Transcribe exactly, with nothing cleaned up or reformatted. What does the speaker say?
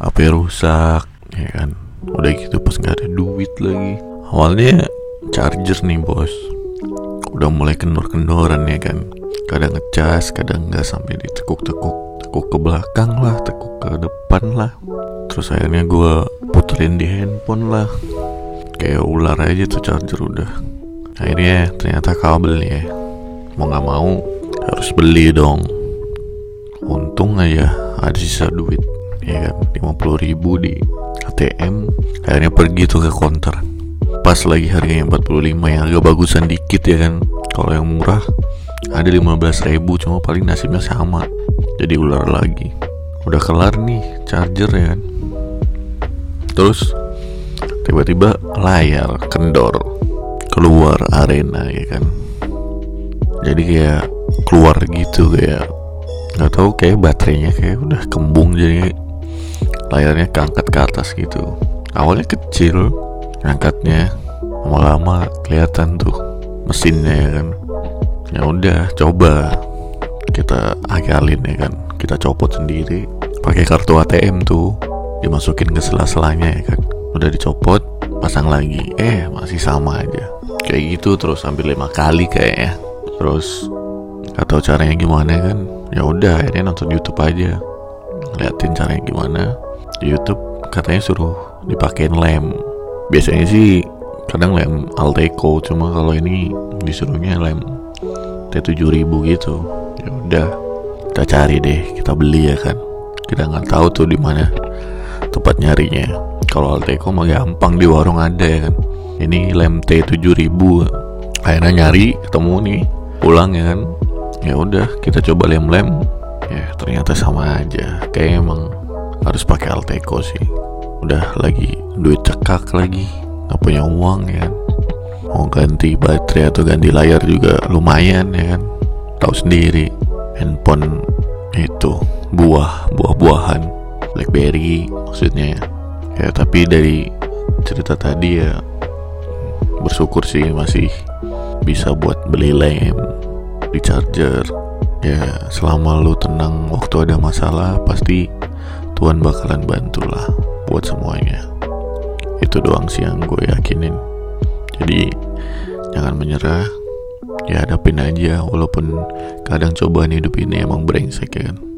H P rusak, ya kan. Udah gitu pas nggak ada duit lagi. Awalnya charger nih bos, udah mulai kendor-kendoran ya kan. Kadang ngecas, kadang nggak, sampai ditekuk-tekuk, tekuk ke belakang lah, tekuk ke depan lah. Terus akhirnya gue puterin di handphone lah, kayak ular aja tuh charger udah. Akhirnya ternyata kabel ya, mau nggak mau harus beli dong. Untung aja ada sisa duit, ya kan, lima puluh ribu di A T M. Akhirnya pergi tuh ke counter, pas lagi harganya empat puluh lima, yang agak bagusan dikit ya kan. Kalau yang murah ada lima belas ribu, cuma paling nasibnya sama, jadi ular lagi. Udah kelar nih charger ya kan. Terus tiba-tiba layar kendor keluar arena ya kan. Jadi kayak keluar gitu, kayak nggak tahu, kayak baterainya kayak udah kembung, jadi layarnya keangkat ke atas gitu. Awalnya kecil ngangkatnya, lama-lama kelihatan tuh mesinnya ya kan. Ya udah, coba kita akalin ya kan, kita copot sendiri pakai kartu A T M tuh, dimasukin ke sela-selanya ya kan. Udah dicopot, pasang lagi, eh masih sama aja kayak gitu terus, hampir lima kali kayaknya. Terus gak tahu caranya gimana kan. Ya udah, akhirnya nonton YouTube aja, liatin caranya gimana di YouTube. Katanya suruh dipakein lem. Biasanya sih kadang lem Alteco, cuma kalau ini disuruhnya lem T tujuh ribu gitu. Ya udah, kita cari deh, kita beli ya kan. Kita nggak tahu tuh di mana tempat nyarinya. Kalau Alteco mah gampang, di warung ada ya kan. Ini lem T tujuh ribu. Akhirnya nyari, ketemu nih, pulang ya kan. Ya udah, kita coba lem-lem. Ya ternyata sama aja. Kayak emang harus pakai Alteco sih. Udah lagi duit cekak lagi, nggak punya uang ya kan. Mau ganti baterai atau ganti layar juga lumayan ya kan. Tahu sendiri, handphone itu buah buah-buahan, BlackBerry maksudnya ya. Ya tapi dari cerita tadi ya, bersyukur sih masih bisa buat beli lem di charger. Ya selama lu tenang waktu ada masalah, pasti Tuhan bakalan bantulah buat semuanya. Itu doang sih yang gue yakinin. Jadi jangan menyerah, ya hadapin aja. Walaupun kadang cobaan hidup ini emang brengsek ya kan.